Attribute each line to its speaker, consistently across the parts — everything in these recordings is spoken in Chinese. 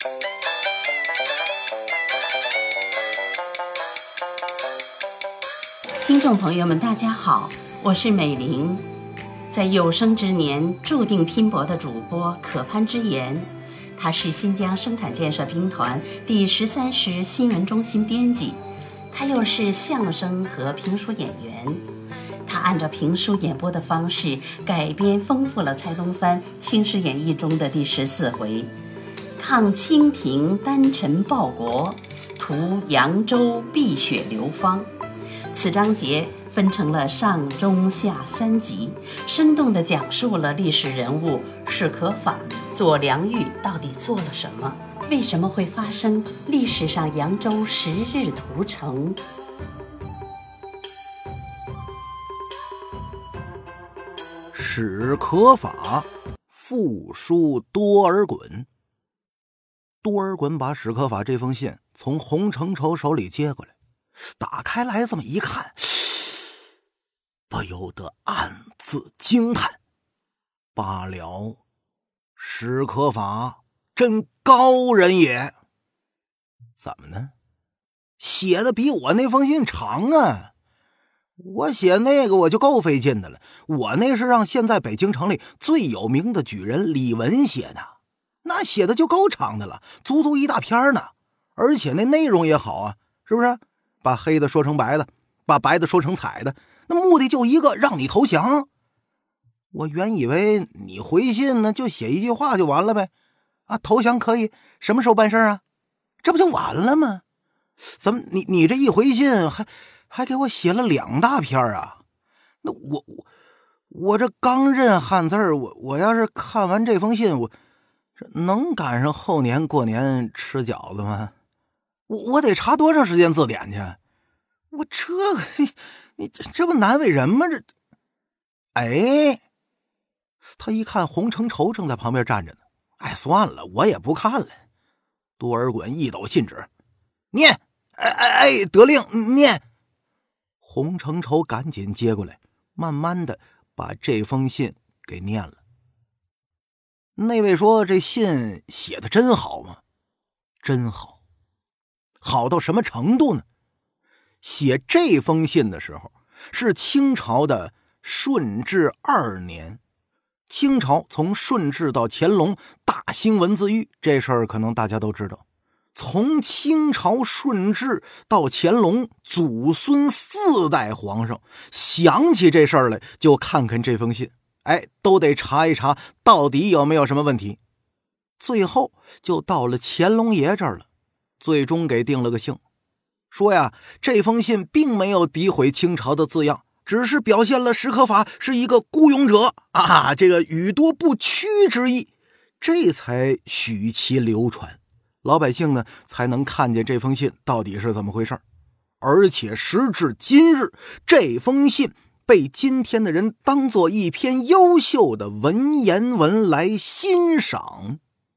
Speaker 1: 听众朋友们大家好，我是美玲，在有生之年注定拼搏的主播可潘之言，他是新疆生产建设兵团第13师新闻中心编辑，他又是相声和评书演员。他按照评书演播的方式改编丰富了蔡东藩《清史演义》中的第14回，抗清廷丹臣报国，图扬州碧血流芳。此章节分成了上中下3集，生动地讲述了历史人物史可法、左良玉到底做了什么，为什么会发生历史上扬州10日屠城。
Speaker 2: 史可法复书多尔衮。多尔衮把史可法这封信从洪承畴手里接过来，打开来这么一看，不由得暗自惊叹，罢了，史可法真高人也。怎么呢？写的比我那封信长啊。我写那个我就够费劲的了，我那是让现在北京城里最有名的举人李文写的，那写的就够长的了，足足一大篇呢。而且那内容也好啊，是不是？把黑的说成白的，把白的说成彩的，那目的就一个，让你投降。我原以为你回信呢就写一句话就完了呗，啊，投降可以，什么时候办事啊？这不就完了吗？怎么你这一回信还给我写了2大篇啊？那我这刚认汉字，我要是看完这封信，我这能赶上后年过年吃饺子吗？我得查多长时间字典去？我这个你这不难为人吗？这，哎，他一看洪承畴正在旁边站着呢，哎，算了，我也不看了。多尔衮一抖信纸，念，哎，得令念。洪承畴赶紧接过来，慢慢的把这封信给念了。那位说这信写的真好吗？真好。好到什么程度呢？写这封信的时候是清朝的顺治2年。清朝从顺治到乾隆大兴文字狱，这事儿可能大家都知道。从清朝顺治到乾隆，祖孙4代皇上想起这事儿来就看看这封信，哎，都得查一查到底有没有什么问题。最后就到了乾隆爷这儿了，最终给定了个性，说呀，这封信并没有诋毁清朝的字样，只是表现了史可法是一个孤勇者啊，这个语多不屈之意，这才许其流传。老百姓呢才能看见这封信到底是怎么回事。而且时至今日，这封信被今天的人当作一篇优秀的文言文来欣赏。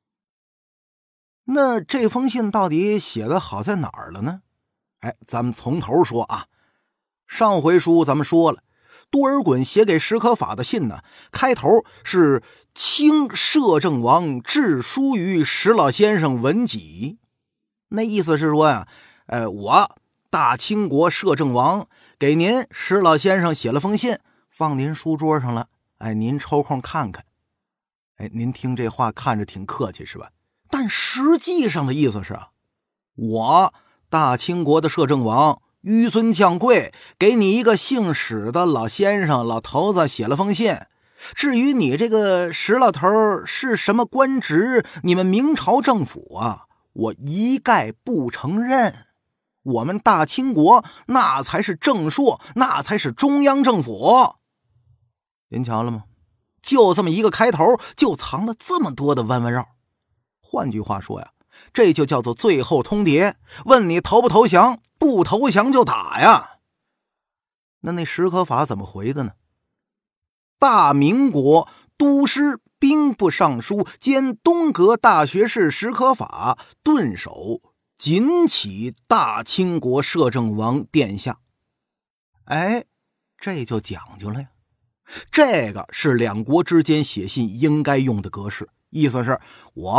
Speaker 2: 那这封信到底写的好在哪儿了呢？哎，咱们从头说啊。上回书咱们说了，多尔衮写给史可法的信呢，开头是清摄政王致书于史老先生文己，那意思是说呀，我大清国摄政王给您史老先生写了封信，放您书桌上了，哎，您抽空看看。哎，您听这话看着挺客气是吧？但实际上的意思是啊，我大清国的摄政王纡尊降贵，给你一个姓史的老先生老头子写了封信，至于你这个史老头是什么官职，你们明朝政府啊，我一概不承认。我们大清国那才是正朔，那才是中央政府。您瞧了吗？就这么一个开头，就藏了这么多的弯弯绕。换句话说呀，这就叫做最后通牒，问你投不投降，不投降就打呀。那史可法怎么回的呢？大明国都师兵部尚书兼东阁大学士史可法顿首谨启大清国摄政王殿下。哎，这就讲究了呀。这个是两国之间写信应该用的格式，意思是我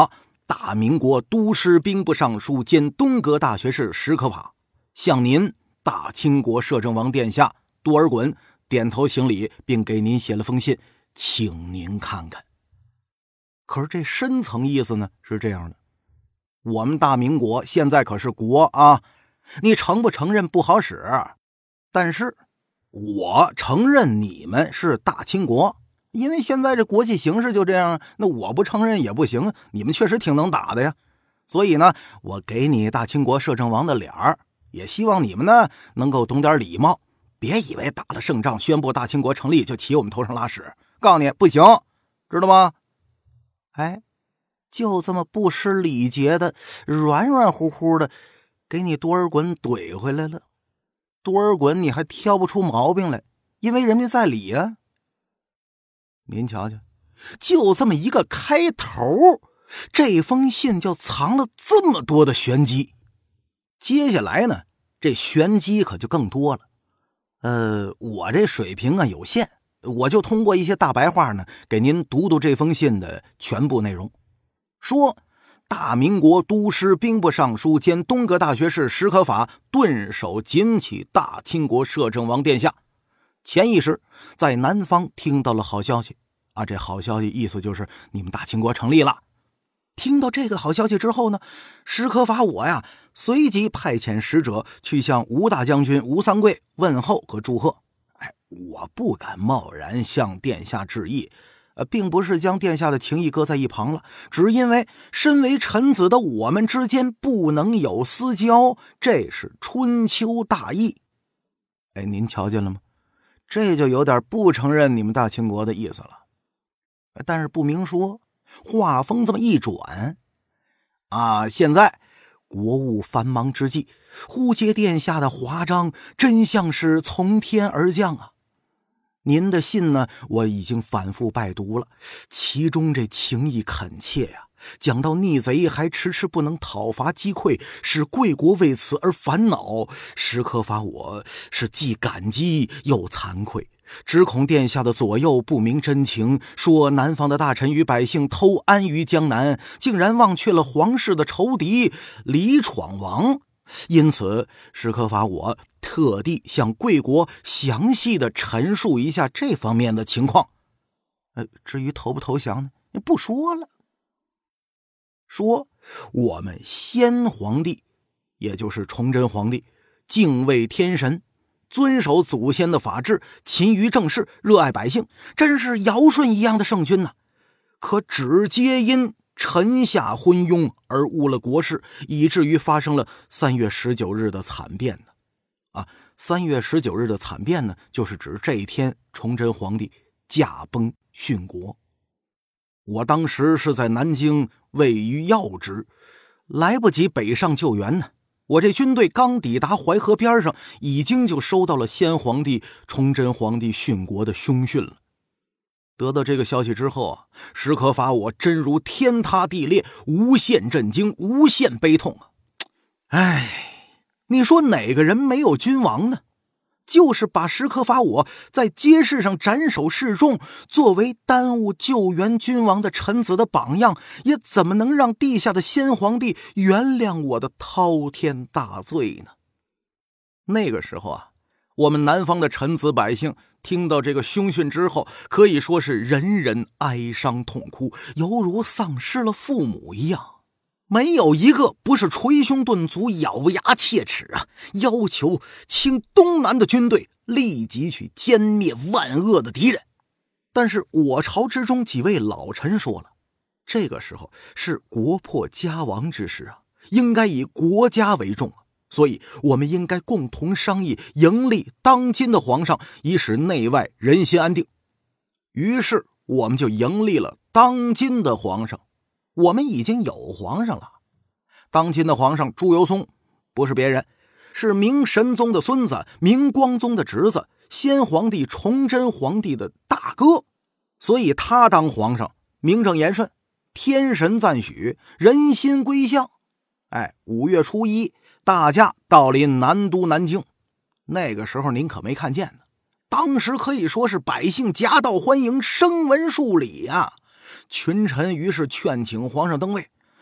Speaker 2: 大明国都师兵部尚书兼东阁大学士史可法向您大清国摄政王殿下多尔衮点头行礼，并给您写了封信，请您看看。可是这深层意思呢是这样的：我们大明国现在可是国啊，你承不承认不好使，但是我承认你们是大清国，因为现在这国际形势就这样，那我不承认也不行，你们确实挺能打的呀。所以呢，我给你大清国摄政王的脸儿，也希望你们呢能够懂点礼貌，别以为打了胜仗宣布大清国成立就骑我们头上拉屎，告诉你不行，知道吗？哎，就这么不失礼节的软软乎乎的给你多尔衮怼回来了。多尔衮你还挑不出毛病来，因为人家在理啊。您瞧瞧，就这么一个开头，这封信就藏了这么多的玄机。接下来呢，这玄机可就更多了。我这水平啊有限，我就通过一些大白话呢，给您读读这封信的全部内容。说大明国都师兵部尚书兼东阁大学士史可法顿首紧起大清国摄政王殿下，前一时在南方听到了好消息啊，这好消息意思就是你们大清国成立了。听到这个好消息之后呢，史可法我呀随即派遣使者去向吴大将军吴三桂问候和祝贺。我不敢贸然向殿下致意，并不是将殿下的情谊搁在一旁了，只因为身为臣子的我们之间不能有私交，这是春秋大义。您瞧见了吗？这就有点不承认你们大清国的意思了。但是不明说，话锋这么一转啊，现在国务繁忙之际，忽接殿下的华章，真像是从天而降啊。您的信呢，我已经反复拜读了，其中这情意恳切呀，讲到逆贼还迟迟不能讨伐击溃，使贵国为此而烦恼，史可法我是既感激又惭愧，只恐殿下的左右不明真情，说南方的大臣与百姓偷安于江南，竟然忘却了皇室的仇敌李闯王。因此史可法我特地向贵国详细的陈述一下这方面的情况。至于投不投降呢，不说了。说我们先皇帝，也就是崇祯皇帝，敬畏天神，遵守祖先的法制，勤于政事，热爱百姓，真是尧舜一样的圣君呐。可只皆因臣下昏庸而误了国事，以至于发生了3月19日的惨变呢。3月19日的惨变呢，就是指这一天崇祯皇帝驾崩殉国。我当时是在南京位于要职，来不及北上救援呢。我这军队刚抵达淮河边上，已经就收到了先皇帝崇祯皇帝殉国的凶讯了。得到这个消息之后啊，史可法我真如天塌地裂，无限震惊，无限悲痛啊！你说哪个人没有君王呢？就是把史可法我在街市上斩首示众，作为耽误救援君王的臣子的榜样，也怎么能让地下的先皇帝原谅我的滔天大罪呢？那个时候啊，我们南方的臣子百姓听到这个凶讯之后，可以说是人人哀伤痛哭，犹如丧失了父母一样，没有一个不是捶胸顿足，咬牙切齿啊，要求倾东南的军队立即去歼灭万恶的敌人。但是我朝之中几位老臣说了，这个时候是国破家亡之时啊，应该以国家为重啊，所以我们应该共同商议迎立当今的皇上，以使内外人心安定。于是我们就迎立了当今的皇上。我们已经有皇上了，当今的皇上朱由崧不是别人，是明神宗的孙子，明光宗的侄子，先皇帝崇祯皇帝的大哥，所以他当皇上名正言顺，天神赞许，人心归向。5月初1大驾到临南都南京，那个时候您可没看见呢，当时可以说是百姓夹道欢迎，声闻数里啊。群臣于是劝请皇上登位，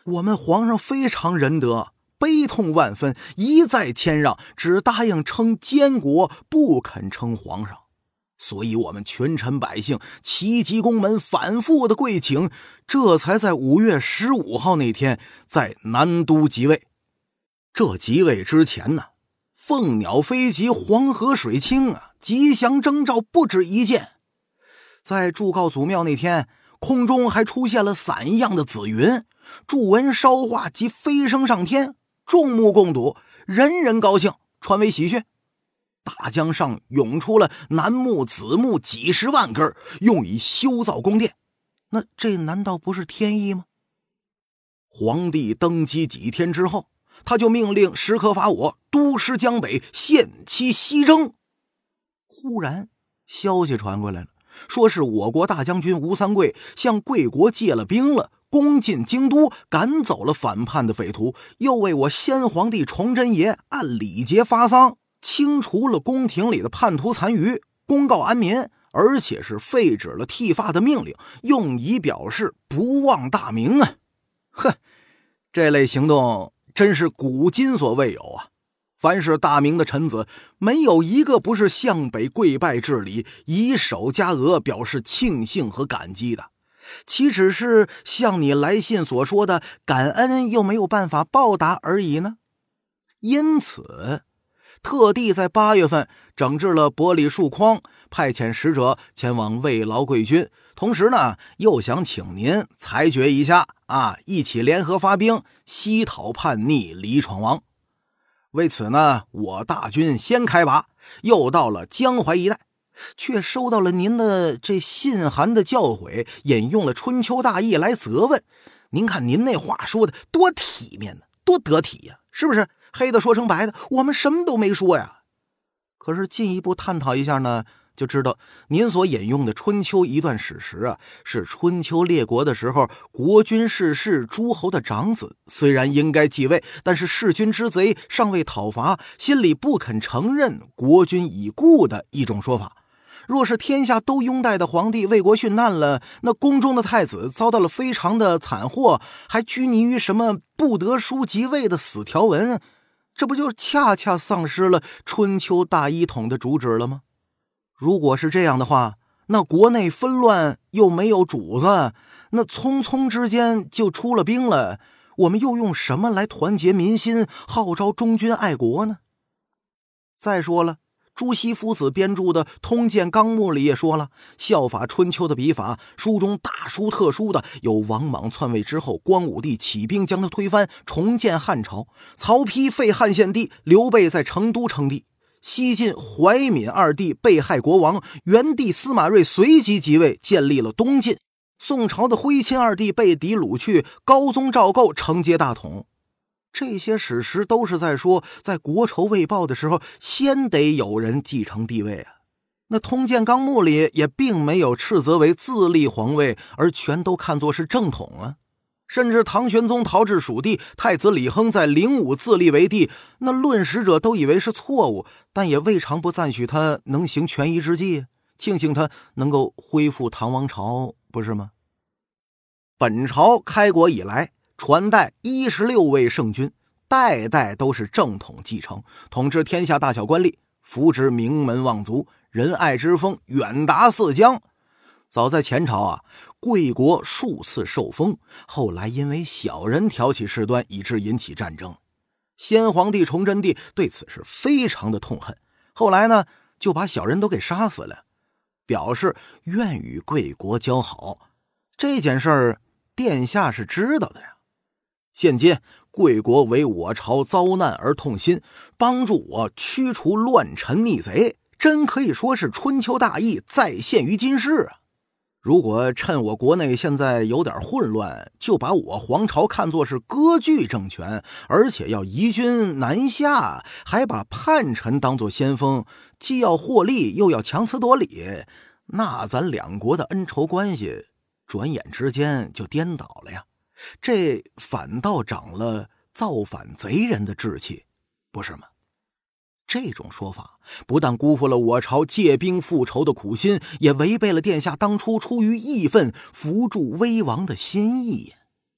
Speaker 2: 我们皇上非常仁德，悲痛万分，一再谦让，只答应称监国，不肯称皇上。所以我们群臣百姓齐集宫门，反复的跪请，这才在5月15号那天在南都即位。这即位之前呢，凤鸟飞集，黄河水清啊，吉祥征兆不止一件。在祝告祖庙那天，空中还出现了伞一样的紫云，祝文烧化及飞升上天，众目共睹，人人高兴，传为喜讯。大江上涌出了楠木、紫木几十万根，用以修造宫殿。那这难道不是天意吗？皇帝登基几天之后，他就命令石可法我督师江北，限期西征。忽然消息传过来了，说是我国大将军吴三桂向贵国借了兵了，攻进京都，赶走了反叛的匪徒，又为我先皇帝崇祯爷按礼节发丧，清除了宫廷里的叛徒残余，公告安民，而且是废止了剃发的命令，用以表示不忘大明啊！哼，这类行动真是古今所未有啊！凡是大明的臣子，没有一个不是向北跪拜致礼，以手加额表示庆幸和感激的。岂只是像你来信所说的感恩又没有办法报答而已呢？因此特地在8月份整治了玻璃树筐，派遣使者前往慰劳贵军，同时呢，又想请您裁决一下一起联合发兵西讨叛逆李闯王。为此呢，我大军先开拔，又到了江淮一带，却收到了您的这信函的教诲，引用了春秋大义来责问。您看您那话说的多体面呢，多得体呀，是不是？黑的说成白的，我们什么都没说呀。可是进一步探讨一下呢，就知道您所引用的春秋一段史实是春秋列国的时候，国君逝世，诸侯的长子虽然应该继位，但是弑君之贼尚未讨伐，心里不肯承认国君已故的一种说法。若是天下都拥戴的皇帝为国殉难了，那宫中的太子遭到了非常的惨祸，还拘泥于什么不得书即位的死条文，这不就恰恰丧失了春秋大一统的主旨了吗？如果是这样的话，那国内纷乱又没有主子，那匆匆之间就出了兵了，我们又用什么来团结民心，号召忠君爱国呢？再说了，朱熹夫子编著的《通鉴纲目》里也说了，效法春秋的笔法，书中大书特书的有王莽篡位之后，光武帝起兵将他推翻，重建汉朝；曹丕废汉献帝，刘备在成都称帝；西晋怀闵二帝被害国王，元帝司马睿随即即位，建立了东晋；宋朝的徽钦二帝被敌掳去，高宗赵构承接大统。这些史实都是在说，在国仇未报的时候，先得有人继承帝位啊。那通鉴纲目里也并没有斥责为自立皇位，而全都看作是正统啊。甚至唐玄宗逃至蜀地，太子李亨在05自立为帝，那论史者都以为是错误，但也未尝不赞许他能行权宜之计，庆幸他能够恢复唐王朝，不是吗？本朝开国以来，传代16位圣君，代代都是正统继承，统治天下大小官吏，扶植名门望族，仁爱之风远达四疆。早在前朝贵国数次受封，后来因为小人挑起事端，以致引起战争。先皇帝崇祯帝对此是非常的痛恨，后来呢，就把小人都给杀死了，表示愿与贵国交好。这件事儿殿下是知道的呀。现今贵国为我朝遭难而痛心，帮助我驱除乱臣逆贼，真可以说是春秋大义再现于今世啊！如果趁我国内现在有点混乱，就把我皇朝看作是割据政权，而且要移军南下，还把叛臣当作先锋，既要获利又要强词夺理，那咱两国的恩仇关系转眼之间就颠倒了呀！这反倒长了造反贼人的志气，不是吗？这种说法不但辜负了我朝借兵复仇的苦心，也违背了殿下当初出于义愤扶助危亡的心意。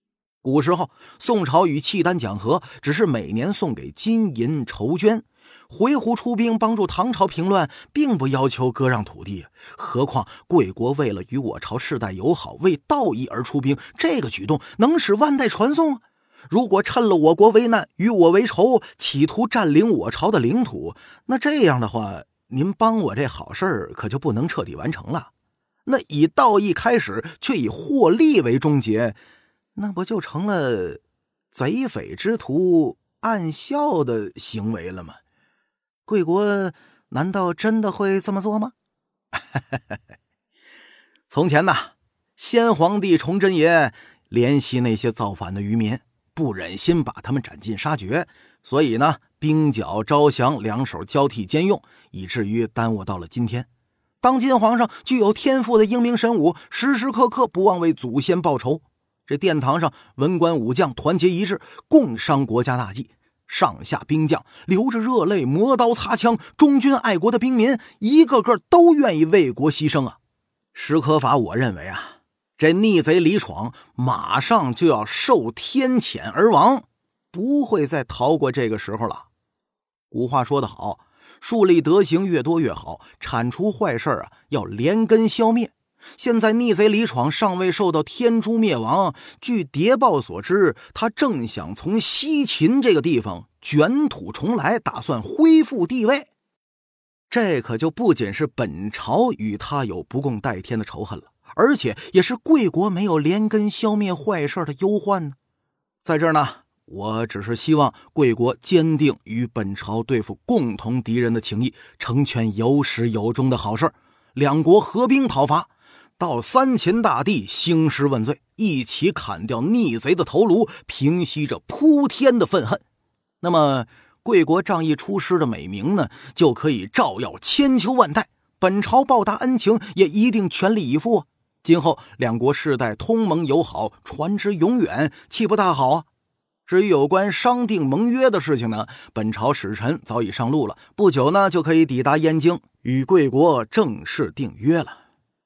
Speaker 2: 古时候，宋朝与契丹讲和，只是每年送给金银筹绢。回鹘出兵帮助唐朝平乱，并不要求割让土地。何况贵国为了与我朝世代友好，为道义而出兵，这个举动能使万代传颂。如果趁了我国危难，与我为仇，企图占领我朝的领土，那这样的话，您帮我这好事可就不能彻底完成了。那以道义开始，却以获利为终结，那不就成了贼匪之徒暗笑的行为了吗？贵国难道真的会这么做吗？从前呢，先皇帝崇祯爷怜惜那些造反的渔民，不忍心把他们斩尽杀绝，所以呢，兵剿招降两手交替兼用，以至于耽误到了今天。当今皇上具有天赋的英明神武，时时刻刻不忘为祖先报仇。这殿堂上文官武将团结一致，共商国家大计，上下兵将流着热泪，磨刀擦枪，忠君爱国的兵民一个个都愿意为国牺牲啊。史可法我认为啊，这逆贼李闯马上就要受天谴而亡，不会再逃过这个时候了。古话说得好，树立德行越多越好，铲除坏事啊，要连根消灭。现在逆贼李闯尚未受到天诛灭亡，据谍报所知，他正想从西秦这个地方卷土重来，打算恢复地位。这可就不仅是本朝与他有不共戴天的仇恨了，而且也是贵国没有连根消灭坏事的忧患呢。在这儿呢，我只是希望贵国坚定与本朝对付共同敌人的情谊，成全有始有终的好事，两国合兵讨伐，到三秦大地兴师问罪，一起砍掉逆贼的头颅，平息着扑天的愤恨。那么贵国仗义出师的美名呢，就可以照耀千秋万代，本朝报答恩情也一定全力以赴啊。今后两国世代通盟友好，传之永远，岂不大好啊？至于有关商定盟约的事情呢，本朝使臣早已上路了，不久呢就可以抵达燕京，与贵国正式订约了。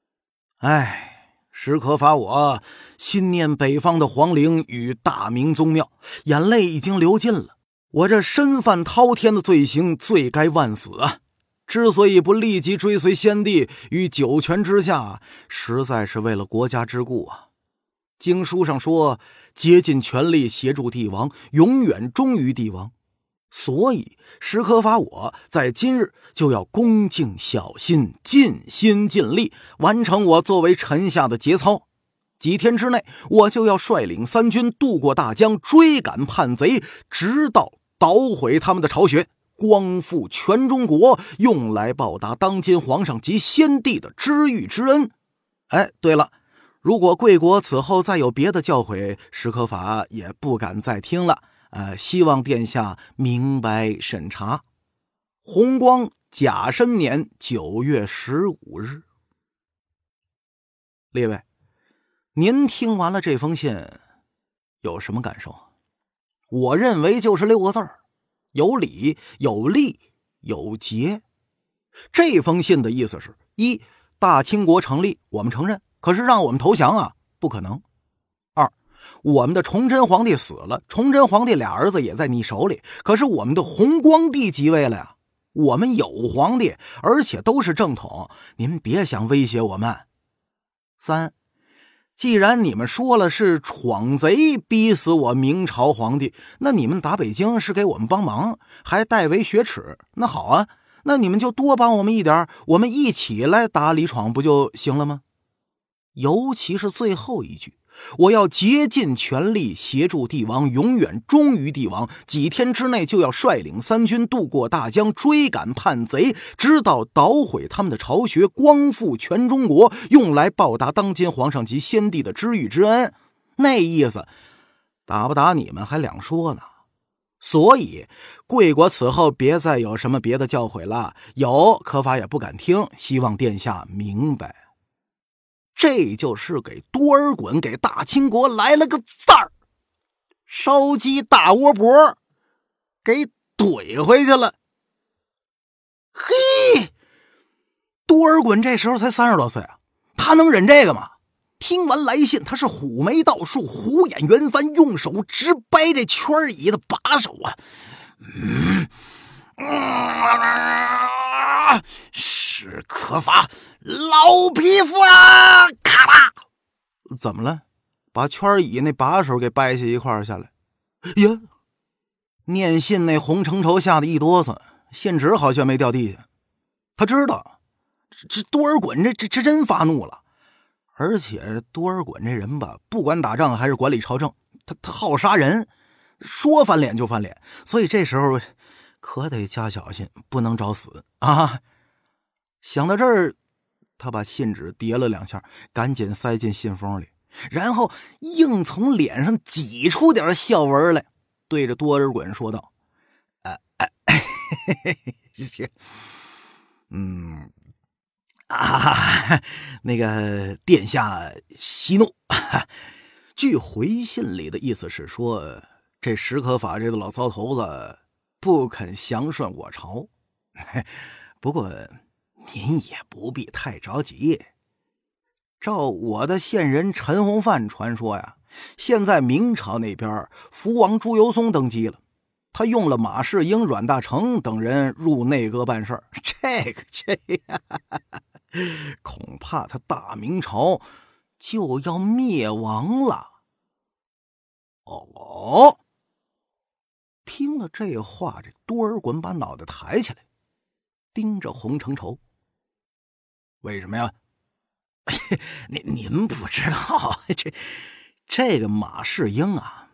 Speaker 2: 史可法我心念北方的皇陵与大明宗庙，眼泪已经流尽了。我这身犯滔天的罪行，罪该万死啊！之所以不立即追随先帝于九泉之下，实在是为了国家之故啊。经书上说，竭尽全力协助帝王，永远忠于帝王。所以史可法我在今日就要恭敬小心，尽心尽力完成我作为臣下的节操。几天之内，我就要率领三军渡过大江，追赶叛贼，直到捣毁他们的巢穴，光复全中国，用来报答当今皇上及先帝的知遇之恩。对了，如果贵国此后再有别的教诲，史可法也不敢再听了。希望殿下明白审查。弘光甲申年9月15日。列位，您听完了这封信有什么感受？我认为就是6个字儿：有理、有利、有节。这封信的意思是：一，大清国成立，我们承认，可是让我们投降啊，不可能。二，我们的崇祯皇帝死了，崇祯皇帝俩儿子也在你手里，可是我们的弘光帝即位了呀，我们有皇帝，而且都是正统，您别想威胁我们。三，既然你们说了是闯贼逼死我明朝皇帝，那你们打北京是给我们帮忙，还代为雪耻，那好啊，那你们就多帮我们一点，我们一起来打李闯不就行了吗？尤其是最后一句，我要竭尽全力协助帝王，永远忠于帝王，几天之内就要率领三军渡过大江，追赶叛贼，直到捣毁他们的巢穴，光复全中国，用来报答当今皇上及先帝的知遇之恩。那意思打不打你们还两说呢。所以贵国此后别再有什么别的教诲了，有可法也不敢听，希望殿下明白。这就是给多尔衮给大清国来了个赞儿，烧鸡大窝脖给怼回去了。嘿，多尔衮这时候才30多岁啊，他能忍这个吗？ 听完来信，他是虎眉倒竖，虎眼圆翻，用手直掰这圈椅的把手啊！史可法，老匹夫啊！咔啦！怎么了？把圈椅那把手给掰下一块下来。呀！念信那洪承畴吓得一哆嗦，信纸好像没掉地下。他知道这多尔衮这真发怒了，而且多尔衮这人吧，不管打仗还是管理朝政，他好杀人，说翻脸就翻脸，所以这时候可得加小心，不能找死啊！想到这儿，他把信纸叠了2下，赶紧塞进信封里，然后硬从脸上挤出点笑纹来，对着多尔衮说道：“那个殿下息怒。据回信里的意思是说，这史可法这个老糟头子不肯降顺我朝。不过您也不必太着急。照我的线人陈洪范传说呀，现在明朝那边福王朱由崧登基了，他用了马士英、阮大铖等人入内阁办事儿。恐怕他大明朝就要灭亡了。哦，听了这话，这多尔衮把脑袋抬起来，盯着洪承畴。为什么呀？您不知道，这个马士英啊，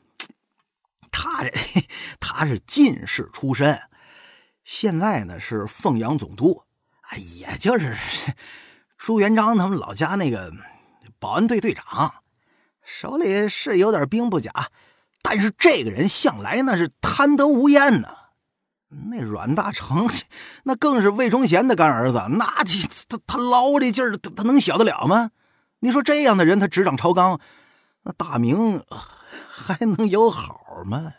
Speaker 2: 他是进士出身，现在呢是凤阳总督，也就是朱元璋他们老家那个保安队队长，手里是有点兵不假，但是这个人向来那是贪得无厌呢。那阮大铖那更是魏忠贤的干儿子，那他捞这劲儿，他能小得了吗？你说这样的人他执掌朝纲，那大明还能有好吗？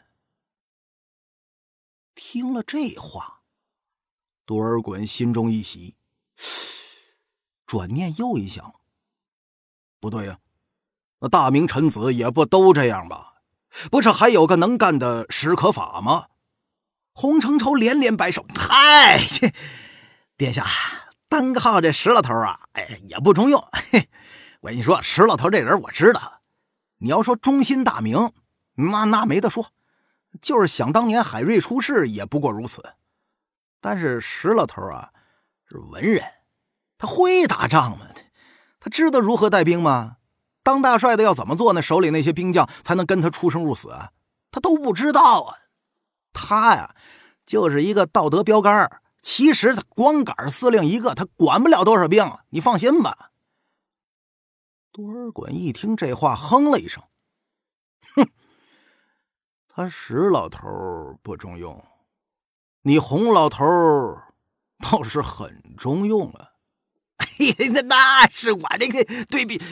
Speaker 2: 听了这话，多尔衮心中一喜，转念又一想，不对呀，那大明臣子也不都这样吧？不是还有个能干的史可法吗？洪承畴连连摆手：“嗨，殿下，单靠这石老头啊，也不中用。我跟你说，石老头这人我知道，你要说忠心大明，那没得说，就是想当年海瑞出世也不过如此。但是石老头啊，是文人，他会打仗吗？他知道如何带兵吗？当大帅的要怎么做呢？手里那些兵将才能跟他出生入死啊？他都不知道啊。他呀，就是一个道德标杆，其实他光杆司令一个，他管不了多少兵，你放心吧。”多尔衮一听这话，哼了一声：“哼，他石老头不中用，你洪老头倒是很中用啊。”那是我这个对比。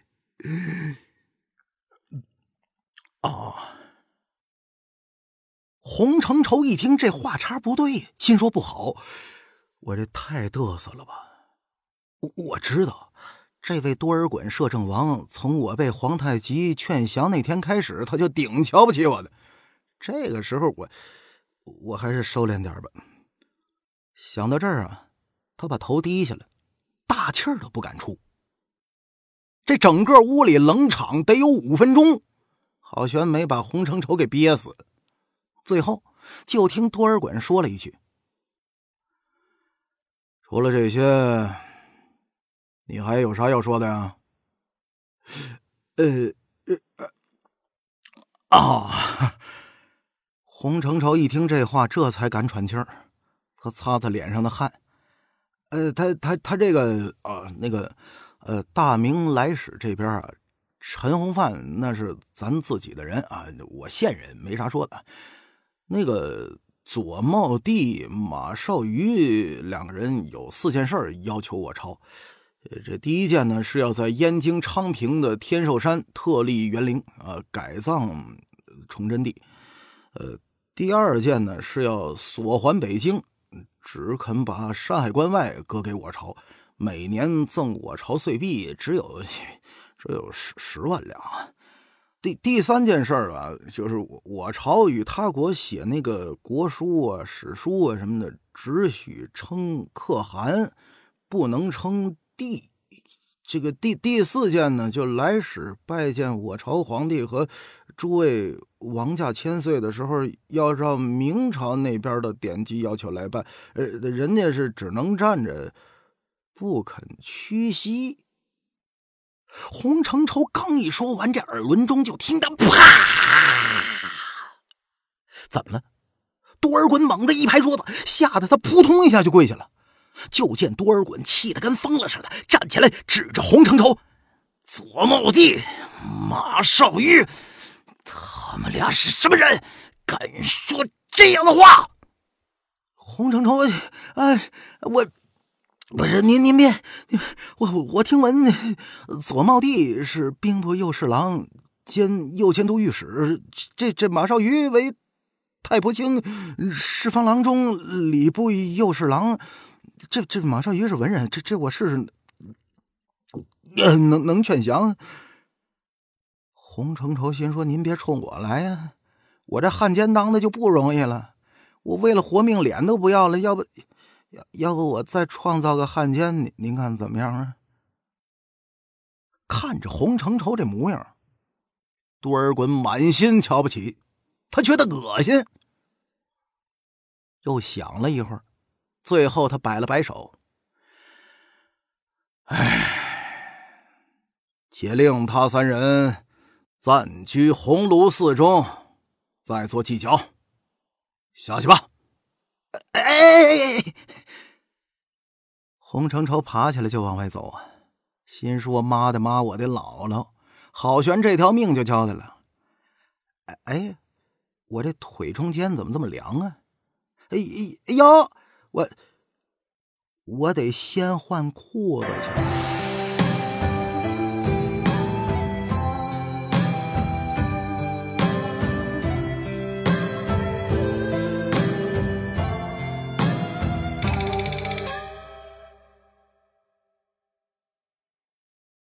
Speaker 2: 洪承畴一听这话茬不对，心说不好，我这太嘚瑟了吧。我知道这位多尔衮摄政王从我被皇太极劝降那天开始，他就顶瞧不起我的。这个时候我还是收敛点吧。想到这儿啊，他把头低下来，大气儿都不敢出。这整个屋里冷场得有5分钟，好悬没把洪承畴给憋死。最后就听多尔衮说了一句：“除了这些，你还有啥要说的呀？”洪承畴一听这话，这才敢喘气儿，他擦擦脸上的汗。他这个大明来使这边啊，陈洪范那是咱自己的人啊，我县人没啥说的。那个左茂帝、马绍瑜2个人有4件事要求我朝。这第一件呢，是要在燕京昌平的天寿山特立园陵改葬崇祯帝。第2件呢，是要索还北京，只肯把山海关外割给我朝，每年赠我朝岁币只有这有10万两啊。第3件事啊，就是我朝与他国写那个国书啊、史书啊什么的，只许称可汗，不能称帝。这个第4件呢，就来使拜见我朝皇帝和诸位王家千岁的时候，要照明朝那边的典籍要求来办，人家是只能站着，不肯屈膝。洪承畴刚一说完，这耳轮中就听到啪！怎么了？多尔衮猛地一拍桌子，吓得他扑通一下就跪下了。就见多尔衮气得跟疯了似的，站起来指着洪承畴：“左茂帝、马绍愉，他们俩是什么人？敢说这样的话？”洪承畴，不是您别，我听闻左茂帝是兵部右侍郎兼右监督御史，这马绍愉为太仆卿、侍房郎中、礼部右侍郎。这马绍愉是文人，这我试试，能劝降。洪承畴心说：“您别冲我来呀，我这汉奸当的就不容易了，我为了活命脸都不要了，要不我再创造个汉奸，您看怎么样啊？”看着洪承畴这模样，多尔衮满心瞧不起，他觉得恶心。又想了一会儿，最后他摆了摆手：“且令他3人暂居鸿胪寺中，再做计较。下去吧。”洪承畴爬起来就往外走啊，心说：“妈的妈，我的姥姥，好悬这条命就交代了。我这腿中间怎么这么凉啊？我得先换裤子去。”